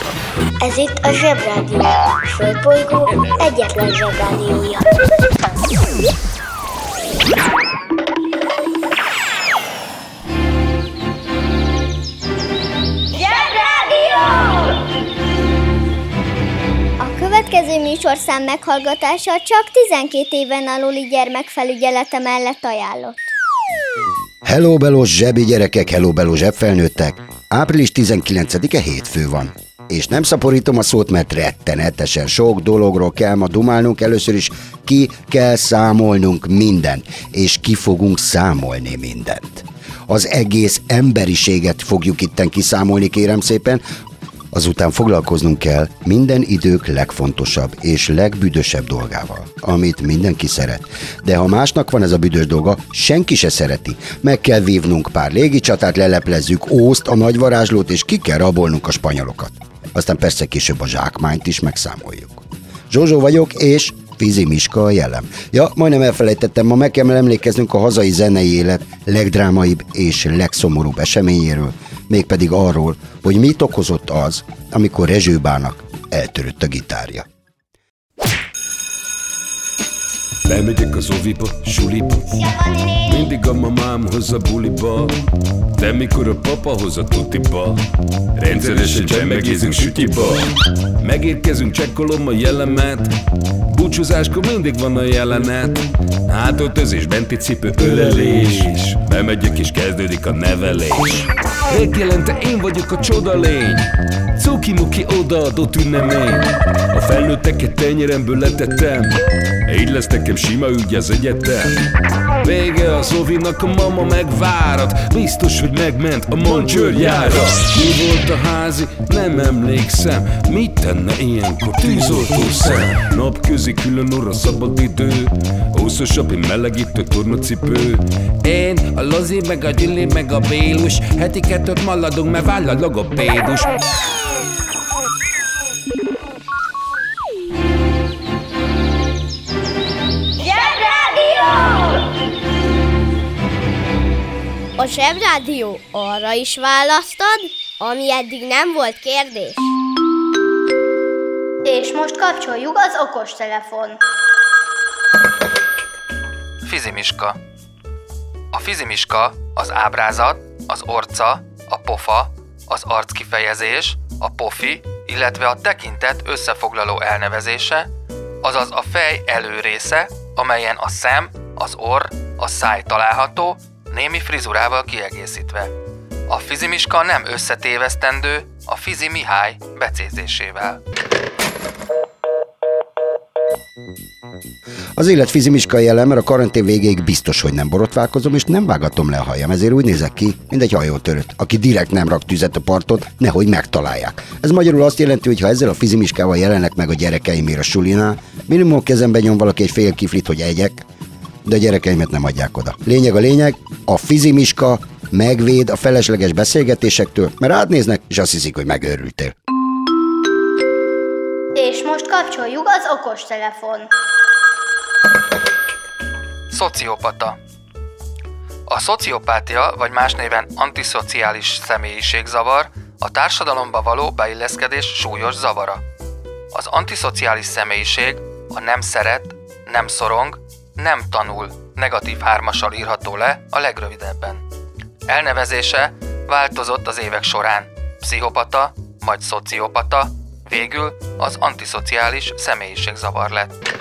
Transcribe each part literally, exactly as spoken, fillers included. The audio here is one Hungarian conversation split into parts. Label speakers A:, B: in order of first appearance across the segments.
A: Ez itt a Zsebrádió, a Földbolygó egyetlen Zsebrádiója. Zsebrádió! A következő műsorszám meghallgatása csak tizenkét éven aluli gyermekfelügyelete mellett ajánlott.
B: Hello, bello, zsebi gyerekek, hello, bello, zsebfelnőttek. április tizenkilencedike hétfő van. És nem szaporítom a szót, mert rettenetesen sok dologról kell ma dumálnunk. Először is ki kell számolnunk mindent, és ki fogunk számolni mindent. Az egész emberiséget fogjuk itten kiszámolni, kérem szépen. Azután foglalkoznunk kell minden idők legfontosabb és legbüdösebb dolgával, amit mindenki szeret. De ha másnak van ez a büdös dolga, senki se szereti. Meg kell vívnunk pár légicsatát, leleplezzük Ószt, a nagyvarázslót, és ki kell rabolnunk a spanyolokat. Aztán persze később a zsákmányt is megszámoljuk. Zsózsó vagyok, és Fizi Miska a jellem. Ja, majdnem elfelejtettem, ma meg kell emlékeznünk a hazai zenei élet legdrámaibb és legszomorúbb eseményéről, mégpedig arról, hogy mit okozott az, amikor Rezsőbának eltörött a gitárja.
C: Bemegyek az oviba, suliba, mindig a mamám hoz a buliba, de mikor a papa hoz a tutiba, rendszeresen csemmegézünk sütiba. Megérkezünk, csekkolom a jellemet, búcsúzáskor mindig van a jelenet, hátöltözés, benti cipő, ölelés, bemegyek és kezdődik a nevelés. Megjelente én vagyok a csodalény, cuki-muki odaadott ünnemény, a felnőtteket tenyeremből letettem, így lesz nekem sima ügy az egyetem. Vége az ovinak, a mama megvárat, biztos, hogy megment a mancsőrjára. Mi volt a házi? Nem emlékszem, mit tenne ilyenkor tűzoltó szem? Napközi külön orra szabad idő, húszosabb, én melegítő tornacipő. Én, a Lozi, meg a Gyüli, meg a Bélus, heti kettőt maladunk, mert váll a logopédus.
A: A Zsebrádió arra is választad, ami eddig nem volt kérdés. És most kapcsoljuk az okostelefon.
D: Fizi Miska. A Fizi Miska az ábrázat, az orca, a pofa, az arckifejezés, a pofi, illetve a tekintet összefoglaló elnevezése, azaz a fej előrésze, amelyen a szem, az orr, a száj található, némi frizurával kiegészítve. A Fizi Miska nem összetévesztendő a Fizi Mihály becézésével.
B: Az élet Fizi Miska jellem, mert a karantén végéig biztos, hogy nem borotválkozom, és nem vágatom le a hajam, ezért úgy nézek ki, mint egy hajótörött, aki direkt nem rak tüzet a parton, nehogy megtalálják. Ez magyarul azt jelenti, hogy ha ezzel a Fizi Miskával jelennek meg a gyerekeimért a sulinál, minimum kezembe nyom valaki egy fél kiflit, hogy egyek, de a gyerekeimet nem adják oda. Lényeg a lényeg, a Fizi Miska megvéd a felesleges beszélgetésektől, mert rád néznek, és azt hiszik, hogy megőrültél.
A: És most kapcsoljuk az okostelefon.
D: Szociopata. A szociopátia, vagy más néven antiszociális személyiségzavar a társadalomba való beilleszkedés súlyos zavara. Az antiszociális személyiség a nem szeret, nem szorong, nem tanul negatív hármassal írható le a legrövidebben. Elnevezése változott az évek során. Pszichopata, majd szociopata, végül az antiszociális személyiségzavar lett.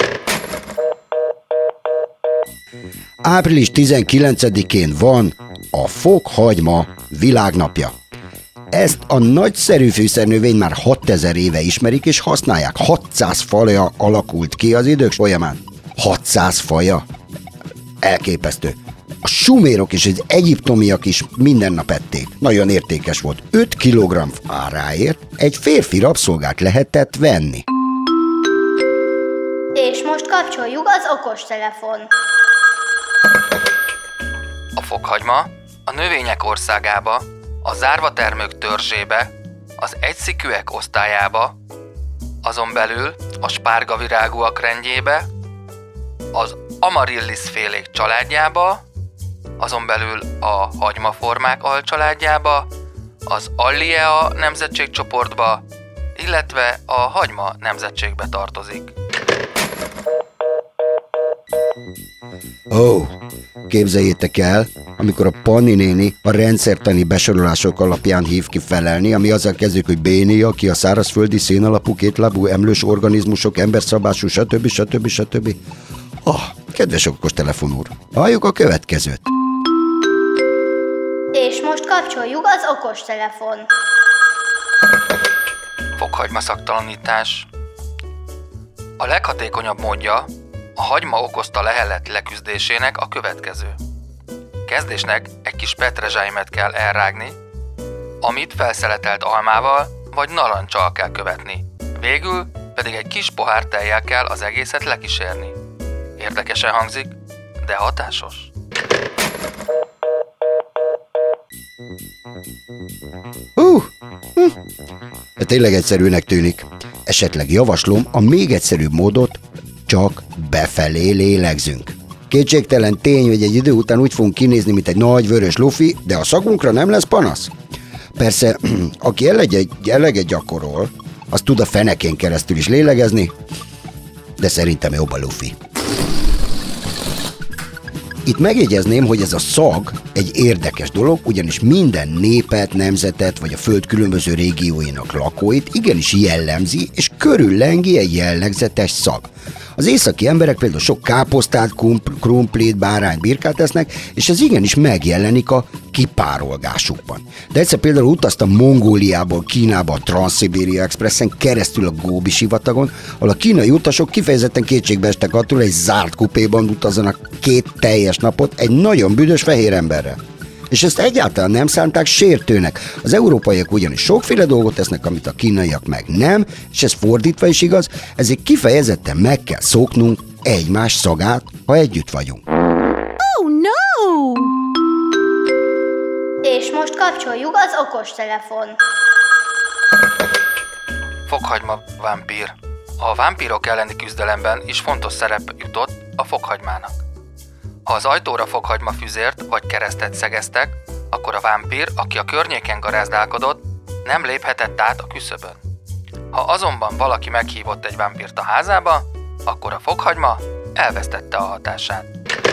B: április tizenkilencedikén van a fokhagyma világnapja. Ezt a nagyszerű fűszernövényt már hatezer éve ismerik és használják. hatszáz faja alakult ki az idők folyamán. hatszáz faja? Elképesztő. A sumérok és az egyiptomiak is minden nap ették. Nagyon értékes volt. öt kilogramm áráért egy férfi rabszolgát lehetett venni.
A: És most kapcsoljuk az okostelefon.
D: A fokhagyma a növények országába, a zárvatermők törzsébe, az egyszikűek osztályába, azon belül a spárgavirágúak rendjébe, az Amaryllis félék családjába, azon belül a hagymaformák alcsaládjába, az Alliea nemzetségcsoportba, illetve a hagyma nemzetségbe tartozik.
B: Ó, oh, képzeljétek el, amikor a Panni néni a rendszertani besorolások alapján hív ki felelni, ami azzal kezdődik, hogy bénia, aki a szárazföldi szénalapú kétlábú emlős organizmusok, emberszabású, stb. stb. stb. Ah, kedves okostelefon úr, halljuk a következőt.
A: És most kapcsoljuk az okostelefon.
D: Fokhagyma szaktalanítás. A leghatékonyabb módja a hagyma okozta lehellet leküzdésének a következő. Kezdésnek egy kis petrezselymet kell elrágni, amit felszeletelt almával vagy narancsal kell követni. Végül pedig egy kis pohár tejjel kell az egészet lekísérni. Érdekesen hangzik, de hatásos.
B: Hú, hm. De tényleg egyszerűnek tűnik. Esetleg javaslom a még egyszerűbb módot, csak befelé lélegzünk. Kétségtelen tény, hogy egy idő után úgy fogunk kinézni, mint egy nagy vörös lufi, de a szagunkra nem lesz panasz. Persze, aki eleget, eleget gyakorol, az tud a fenekén keresztül is lélegezni, de szerintem jobb a lufi. Itt megjegyezném, hogy ez a szag egy érdekes dolog, ugyanis minden népet, nemzetet vagy a föld különböző régióinak lakóit igenis jellemzi és körüllengi egy jellegzetes szag. Az északi emberek például sok káposztát, krumplit, bárányt, birkát esznek, és ez igenis megjelenik a kipárolgásukban. De egyszer például utaztam Mongóliából Kínába a Transzszibéria Expressen keresztül a Góbi sivatagon, ahol a kínai utasok kifejezetten kétségbe estek attól, egy zárt kupéban utazzanak két teljes napot egy nagyon büdös fehér emberrel. És ezt egyáltalán nem szánták sértőnek. Az európaiak ugyanis sokféle dolgot tesznek, amit a kínaiak meg nem, és ez fordítva is igaz, ezért kifejezetten meg kell szoknunk egymás szagát, ha együtt vagyunk.
E: Oh no!
A: És most kapcsoljuk az okostelefon.
D: Fokhagyma vámpír. A vámpírok elleni küzdelemben is fontos szerep jutott a fokhagymának. Ha az ajtóra fokhagyma füzért vagy keresztet szegeztek, akkor a vámpír, aki a környéken garázdálkodott, nem léphetett át a küszöbön. Ha azonban valaki meghívott egy vámpírt a házába, akkor a fokhagyma elvesztette a hatását.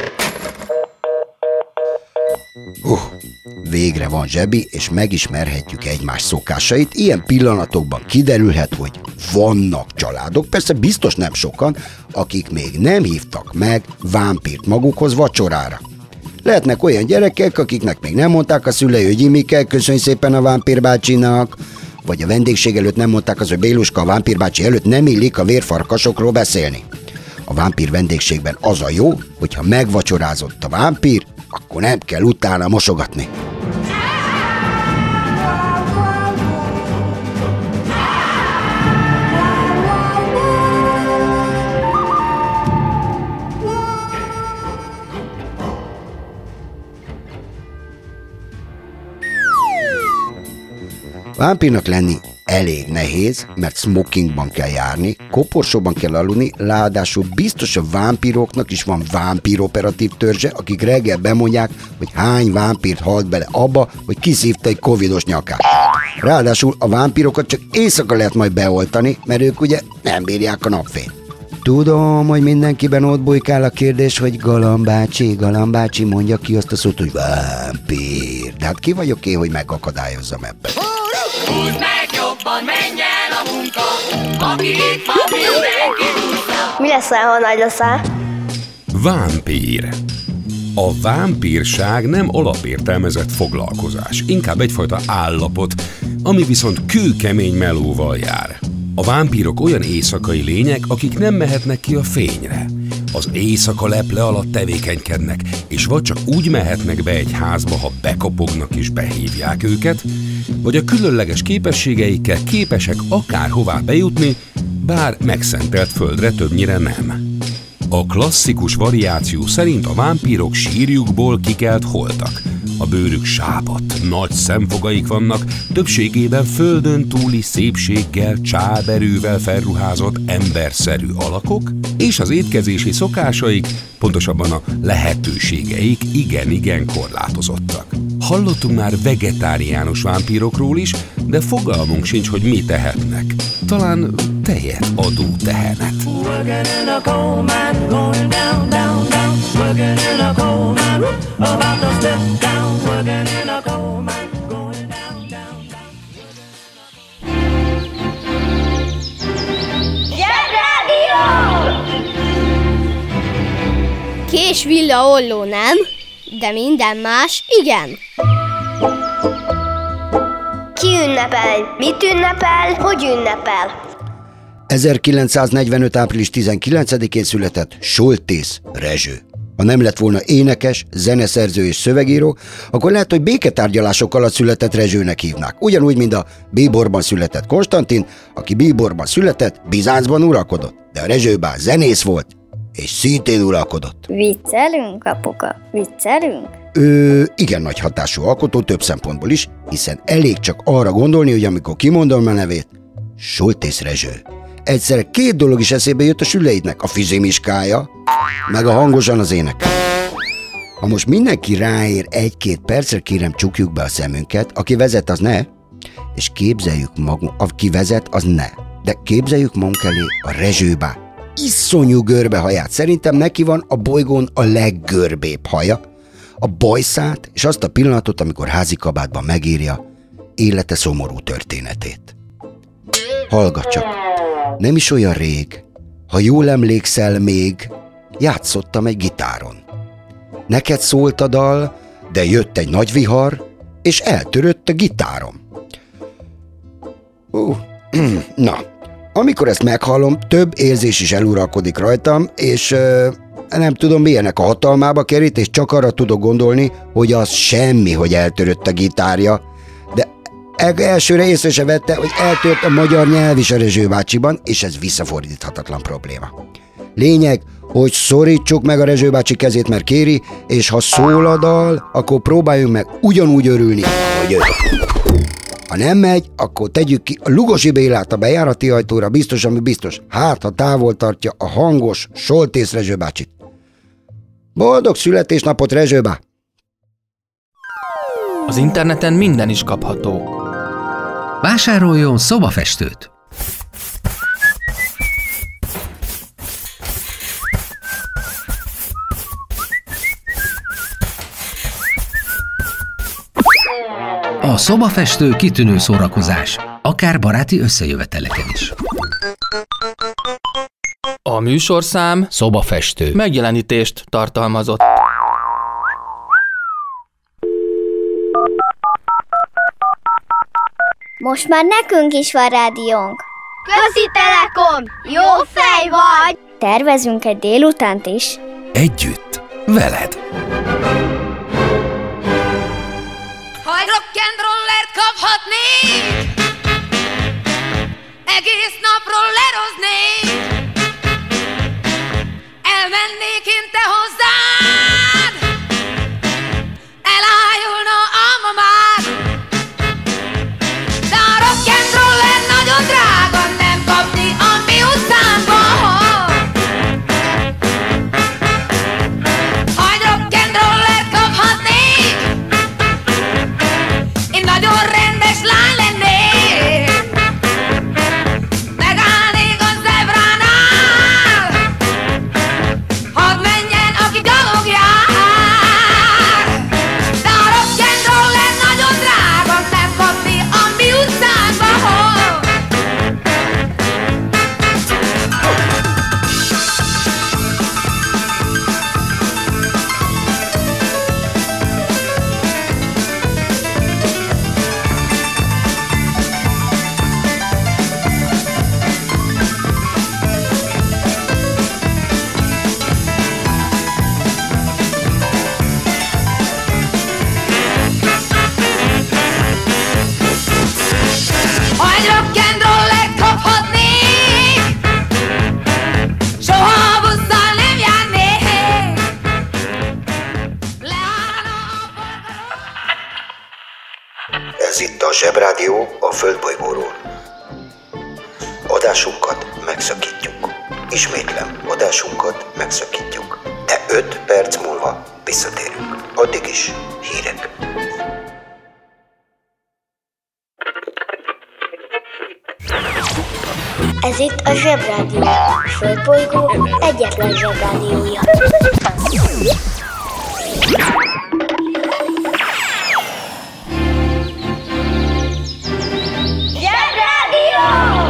B: Uh, végre van Zsebi, és megismerhetjük egymás szokásait. Ilyen pillanatokban kiderülhet, hogy vannak családok, persze biztos nem sokan, akik még nem hívtak meg vámpírt magukhoz vacsorára. Lehetnek olyan gyerekek, akiknek még nem mondták a szülei, hogy Imike, köszönj szépen a vámpírbácsinak, vagy a vendégség előtt nem mondták az, hogy Béluska, a vámpírbácsi előtt nem illik a vérfarkasokról beszélni. A vámpír vendégségben az a jó, hogyha megvacsorázott a vámpír, akkor nem kell utána mosogatni. Vámpírnak lenni elég nehéz, mert smokingban kell járni, koporsóban kell aludni, ráadásul biztos a vámpíroknak is van vámpíroperatív törzse, akik reggel bemondják, hogy hány vámpírt halt bele abba, hogy kiszívta egy covidos nyakát. Ráadásul a vámpírokat csak éjszaka lehet majd beoltani, mert ők ugye nem bírják a napfényt. Tudom, hogy mindenkiben ott bujkál a kérdés, hogy Galambácsi, Galambácsi mondja ki azt a szót, hogy vámpír. De hát ki vagyok én, hogy megakadályozzam ebben?
F: Húzd meg jobban, menj el a munka, aki itt van, mindenki húzza.
A: Mi leszel, ha nagy leszel?
C: Vámpír. A vámpírság nem alapértelmezett foglalkozás, inkább egyfajta állapot, ami viszont kőkemény melóval jár. A vámpírok olyan éjszakai lények, akik nem mehetnek ki a fényre. Az éjszaka leple alatt tevékenykednek, és vagy csak úgy mehetnek be egy házba, ha bekopognak és behívják őket, vagy a különleges képességeikkel képesek akárhová bejutni, bár megszentelt földre többnyire nem. A klasszikus variáció szerint a vámpírok sírjukból kikelt holtak. A bőrük sápadt, nagy szemfogaik vannak, többségében földön túli szépséggel, csáberűvel felruházott emberszerű alakok, és az étkezési szokásaik, pontosabban a lehetőségeik igen-igen korlátozottak. Hallottunk már vegetáriánus vámpírokról is, de fogalmunk sincs, hogy mi tehetnek. talán tejet adó tehenet.
A: Kés, villa, olló nem, de minden más igen. Ki ünnepel? Mit ünnepel? Hogy ünnepel?
B: ezerkilencszáznegyvenöt. április tizenkilencedikén született Soltész Rezső. Ha nem lett volna énekes, zeneszerző és szövegíró, akkor lehet, hogy béketárgyalások alatt született Rezsőnek hívnák. Ugyanúgy, mint a Bíborban született Konstantin, aki Bíborban született, Bizáncban uralkodott. De a Rezső bár zenész volt, és szintén uralkodott.
A: Viccelünk, apuka? Viccelünk?
B: Ő igen nagy hatású alkotó több szempontból is, hiszen elég csak arra gondolni, hogy amikor kimondom a nevét, Soltész Rezső, egyszerre két dolog is eszébe jött a süleidnek, a fizimiskája, meg a hangosan az ének. Ha most mindenki ráér egy-két percre, kérem, csukjuk be a szemünket, aki vezet, az ne, és képzeljük magunk, aki vezet, az ne, de képzeljük magunk elé a Rezsőbá iszonyú görbe haját. Szerintem neki van a bolygón a leggörbébb haja, a bajszát, és azt a pillanatot, amikor házikabátban megírja élete szomorú történetét. Hallgat csak, nem is olyan rég, ha jól emlékszel még, játszottam egy gitáron. Neked szólt a dal, de jött egy nagy vihar, és eltörött a gitárom. Uh, na, amikor ezt meghallom, több érzés is eluralkodik rajtam, és uh, nem tudom, milyenek a hatalmába kerít, és csak arra tudok gondolni, hogy az semmi, hogy eltörött a gitárja, de elsőre észre se vette, hogy eltört a magyar nyelv is a Rezső bácsiban, és ez visszafordíthatatlan probléma. Lényeg, hogy szorítsuk meg a Rezső bácsi kezét, mert kéri, és ha szól a dal, akkor próbáljunk meg ugyanúgy örülni, ahogy ő. Ha nem megy, akkor tegyük ki a Lugosi Bélát a bejárati ajtóra, biztos, ami biztos. Hát, ha távol tartja a hangos Soltész Rezső bácsit. Boldog születésnapot, Rezsőbá!
D: Az interneten minden is kapható.
G: Vásároljon szobafestőt! A szobafestő kitűnő szórakozás, akár baráti összejöveteleken is.
D: A műsorszám
G: Szobafestő
D: megjelenítést tartalmazott.
A: Most már nekünk is van rádiónk. Közi Telekom! Jó fej vagy! Tervezünk egy délutánt is.
G: együtt, veled!
F: Ha egy rock'n'rollert kaphatnék, egész napról leroznék, elmennék én te hozzád, elájulna almamád. De a rock'n'roller nagyon drága, nem kapni a mi utcánkban. Ha egy rock'n'rollert kaphatnék, én nagyon rendes lány lennék. Megállnék a zebránál, hadd menjen, aki gyalog jár. De a rock'n'roller nagyon drága, nem kapni a mi utcánkba. Ha egy rock'n'rollert kaphatnék, soha a busszal nem járnék. Leállna a forgalom.
B: Ez itt a Zsebrádió a Földbolygóról. Adásunkat megszakítjuk. Ismétlem, adásunkat megszakítjuk. De öt perc múlva visszatérünk. Addig is hírek.
A: Ez itt a Zsebrádió, a Földbolygó egyetlen Zsebrádiója. Zsebrádió!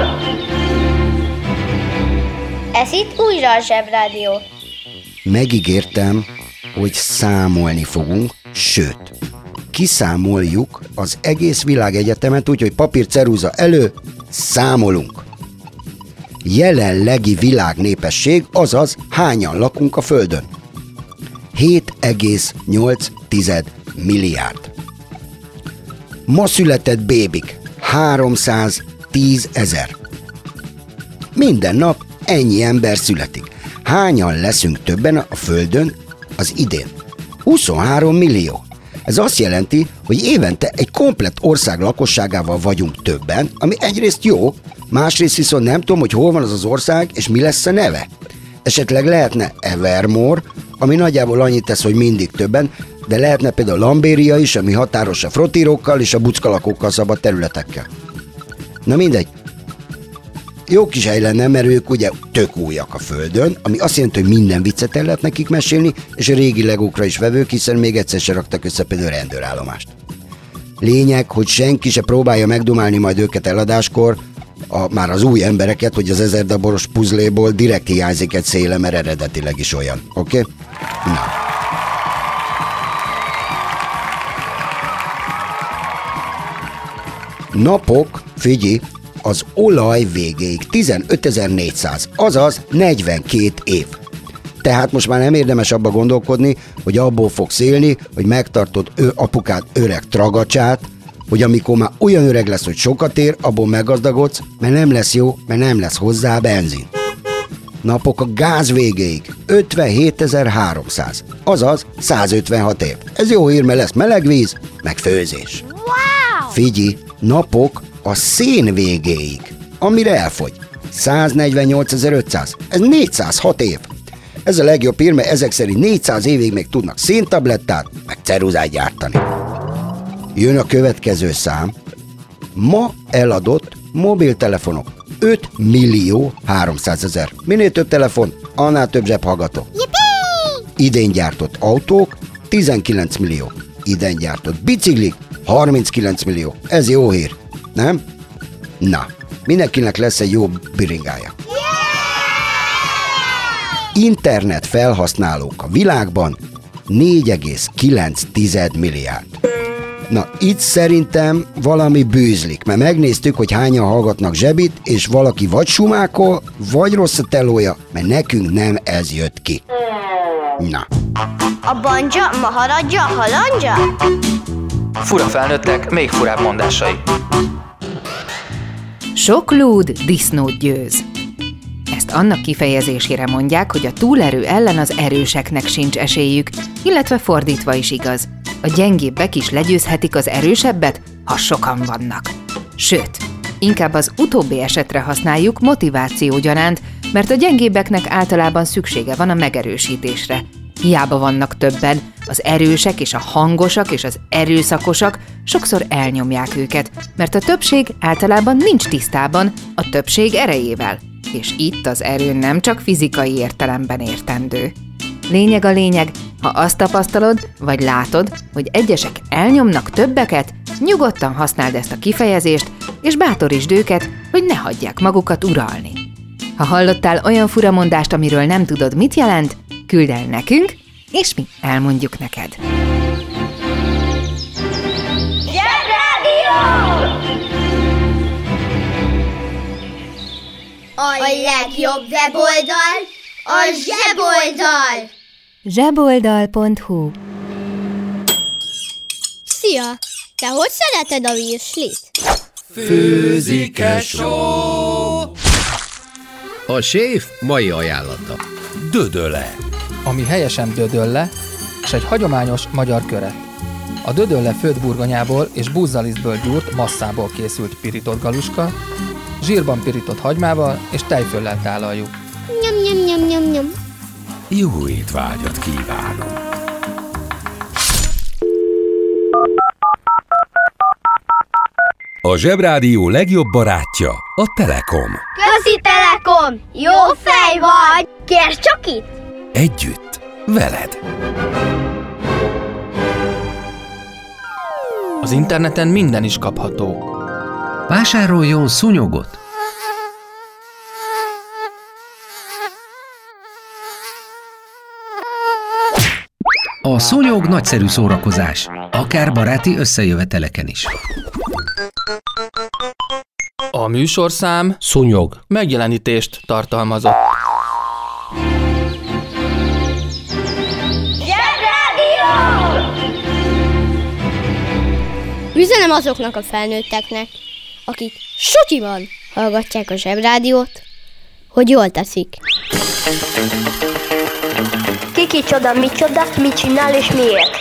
A: Ez itt újra a Zsebrádió.
B: Megígértem, hogy számolni fogunk, sőt, kiszámoljuk az egész világegyetemet, úgyhogy papír, ceruza elő, számolunk. Jelenlegi világnépesség, azaz hányan lakunk a Földön? hét egész nyolc milliárd. Ma született bébik háromszáztízezer. Minden nap ennyi ember születik. Hányan leszünk többen a Földön az idén? huszonhárom millió. Ez azt jelenti, hogy évente egy komplett ország lakosságával vagyunk többen, ami egyrészt jó, másrészt viszont nem tudom, hogy hol van az az ország, és mi lesz a neve. Esetleg lehetne Evermore, ami nagyjából annyit tesz, hogy mindig többen, de lehetne például Lambéria is, ami határos a frotírokkal és a buckalakókkal szabad területekkel. Na mindegy. Jó kis hely lenne, mert ők ugye tök újak a Földön, ami azt jelenti, hogy minden viccet el lehet nekik mesélni, és a régi legókra is vevők, hiszen még egyszer se raktak össze például rendőrállomást. Lényeg, hogy senki se próbálja megdumálni majd őket eladáskor, a, már az új embereket, hogy az ezer daboros puzzléból direkt hiányzik egy széle, mert eredetileg is olyan. Oké? Okay? Na. Napok, figyelj, az olaj végéig tizenötezer-négyszáz, azaz negyvenkét év. Tehát most már nem érdemes abba gondolkodni, hogy abból fogsz élni, hogy megtartod ő apukád öreg tragacsát, hogy amikor már olyan öreg lesz, hogy sokat ér, abból meggazdagodsz, mert nem lesz jó, mert nem lesz hozzá benzin. Napok a gáz végéig ötvenhétezer-háromszáz, azaz százötvenhat év. Ez jó hír, mert lesz meleg víz, meg főzés.
A: Wow!
B: Figyelj, napok a szén végéig, amire elfogy, száznegyvennyolcezer-ötszáz, ez négyszázhat év. Ez a legjobb hír, mert ezek szerint négyszáz évig még tudnak széntablettát, meg ceruzát gyártani. Jön a következő szám. Ma eladott mobiltelefonok öt millió háromszázezer. Minél több telefon, annál több zsebhallgató. Idén gyártott autók tizenkilenc millió. Idén gyártott biciklik harminckilenc millió. Ez jó hír, nem? Na, mindenkinek lesz egy jó biringája. Internet felhasználók a világban négy egész kilenc milliárd. Na, itt szerintem valami bűzlik, mert megnéztük, hogy hányan hallgatnak zsebit, és valaki vagy sumákol, vagy rossz a telója, mert nekünk nem ez jött ki. Na.
A: A banja, maharadja, halandja?
D: Fura felnőttek, még furább mondásai.
E: Sok lúd disznót győz. Ezt annak kifejezésére mondják, hogy a túlerő ellen az erőseknek sincs esélyük, illetve fordítva is igaz. A gyengébbek is legyőzhetik az erősebbet, ha sokan vannak. Sőt, inkább az utóbbi esetre használjuk motiváció gyanánt, mert a gyengébbeknek általában szüksége van a megerősítésre. Hiába vannak többen, az erősek és a hangosak és az erőszakosak sokszor elnyomják őket, mert a többség általában nincs tisztában a többség erejével. És itt az erő nem csak fizikai értelemben értendő. Lényeg a lényeg, ha azt tapasztalod, vagy látod, hogy egyesek elnyomnak többeket, nyugodtan használd ezt a kifejezést, és bátorítsd őket, hogy ne hagyják magukat uralni. Ha hallottál olyan furamondást, amiről nem tudod, mit jelent, küldd el nekünk, és mi elmondjuk neked.
A: Zsebrádió! A legjobb weboldal a Zseboldal!
E: zseboldal pont hu.
A: Szia! Te hogy szereted a virslit?
C: Főzik-e só?
G: A séf mai ajánlata.
C: Dödöle.
H: Ami helyesen dödölle, és egy hagyományos magyar köre. A dödölle főtt burgonyából és búzzalisztből gyúrt masszából készült pirított galuska, zsírban pirított hagymával és tejföllel tálaljuk.
A: Nyom, nyom, nyom, nyom, nyom.
C: Jó étvágyat kívánok! A Zsebrádió legjobb barátja a Telekom.
I: Közi Telekom! Jó fej vagy! Kérd csak itt!
C: Együtt, veled.
H: Az interneten minden is kapható.
G: Vásároljon szúnyogot! A szúnyog nagyszerű szórakozás, akár baráti összejöveteleken is.
H: A műsorszám
G: Szúnyog.
H: megjelenítést tartalmazott.
I: Zsebrádió! Üzenem azoknak a felnőtteknek, akik sutyiban hallgatják a Zsebrádiót, hogy jól teszik. Ki kicsoda, micsoda, mit csinál és miért?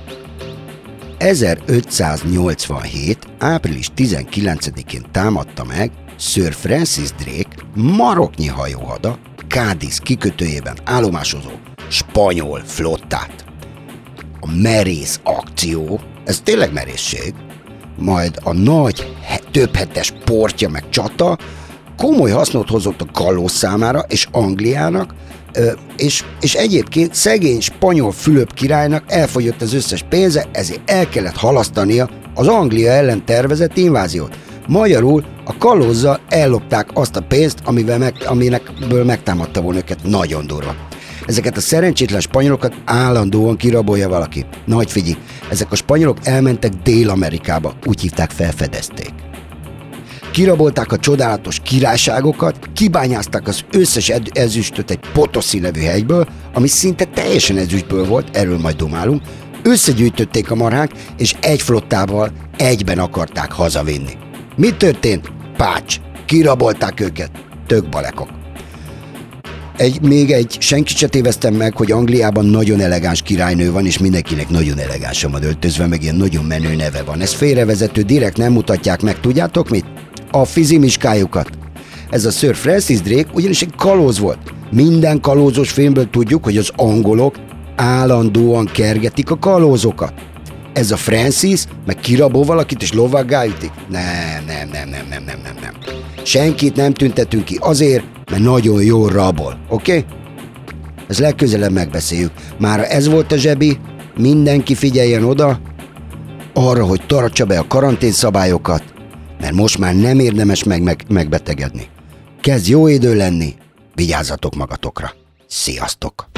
B: ezerötszáznyolcvanhét. április tizenkilencedikén támadta meg Sir Francis Drake maroknyi hajóhada Cádiz kikötőjében állomásozó spanyol flottát. A merész akció, ez tényleg merészség, majd a nagy, több hetes portja meg csata komoly hasznot hozott a kalóz számára és Angliának, és, és egyébként szegény spanyol Fülöp királynak elfogyott az összes pénze, ezért el kellett halasztania az Anglia ellen tervezett inváziót. Magyarul a kalózzal ellopták azt a pénzt, amivel meg, aminekből megtámadta volna őket. Nagyon durva. Ezeket a szerencsétlen spanyolokat állandóan kirabolja valaki. Nagy figyelj, ezek a spanyolok elmentek Dél-Amerikába, úgy hívták, felfedezték. Kirabolták a csodálatos királyságokat, kibányázták az összes ed- ezüstöt egy Potosí nevű hegyből, ami szinte teljesen ezüstből volt, erről majd domálunk, összegyűjtötték a marhák, és egy flottával egyben akarták hazavinni. Mi történt? Pács! Kirabolták őket. Tök balekok. Egy, még egy, senkit se téveztem meg, hogy Angliában nagyon elegáns királynő van, és mindenkinek nagyon elegánsan van öltözve, meg ilyen nagyon menő neve van. Ez félrevezető, direkt nem mutatják meg, tudjátok mit? A fizimiskájukat. Ez a Sir Francis Drake ugyanis egy kalóz volt. Minden kalózos filmből tudjuk, hogy az angolok állandóan kergetik a kalózokat. Ez a Francis meg kirabol valakit és lovaggá ütik? Nem, nem, nem, nem, nem, nem, nem, nem. Senkit nem tüntetünk ki azért, mert nagyon jól rabol, oké? Okay? Ezt legközelebb megbeszéljük. Mára ez volt a zsebi, mindenki figyeljen oda, arra, hogy tartsa be a karanténszabályokat, mert most már nem érdemes meg, meg megbetegedni. Kezd jó idő lenni, vigyázzatok magatokra. Sziasztok!